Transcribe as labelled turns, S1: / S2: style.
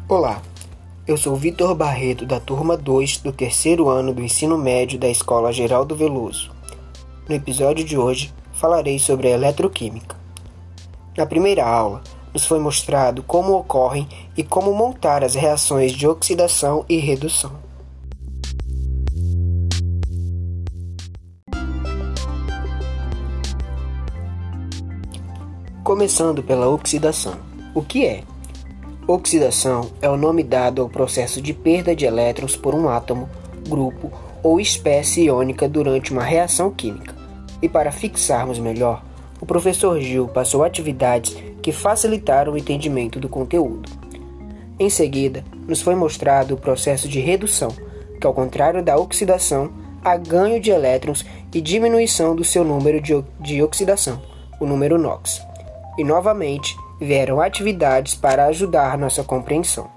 S1: Olá, eu sou Vitor Barreto, da turma 2 do terceiro ano do ensino médio da Escola Geraldo Veloso. No episódio de hoje, falarei sobre a eletroquímica. Na primeira aula, nos foi mostrado como ocorrem e como montar as reações de oxidação e redução. Começando pela oxidação. O que é? Oxidação é o nome dado ao processo de perda de elétrons por um átomo, grupo ou espécie iônica durante uma reação química. E para fixarmos melhor, o professor Gil passou atividades que facilitaram o entendimento do conteúdo. Em seguida, nos foi mostrado o processo de redução, que ao contrário da oxidação, há ganho de elétrons e diminuição do seu número de oxidação, o número NOx. E novamente, vieram atividades para ajudar nossa compreensão.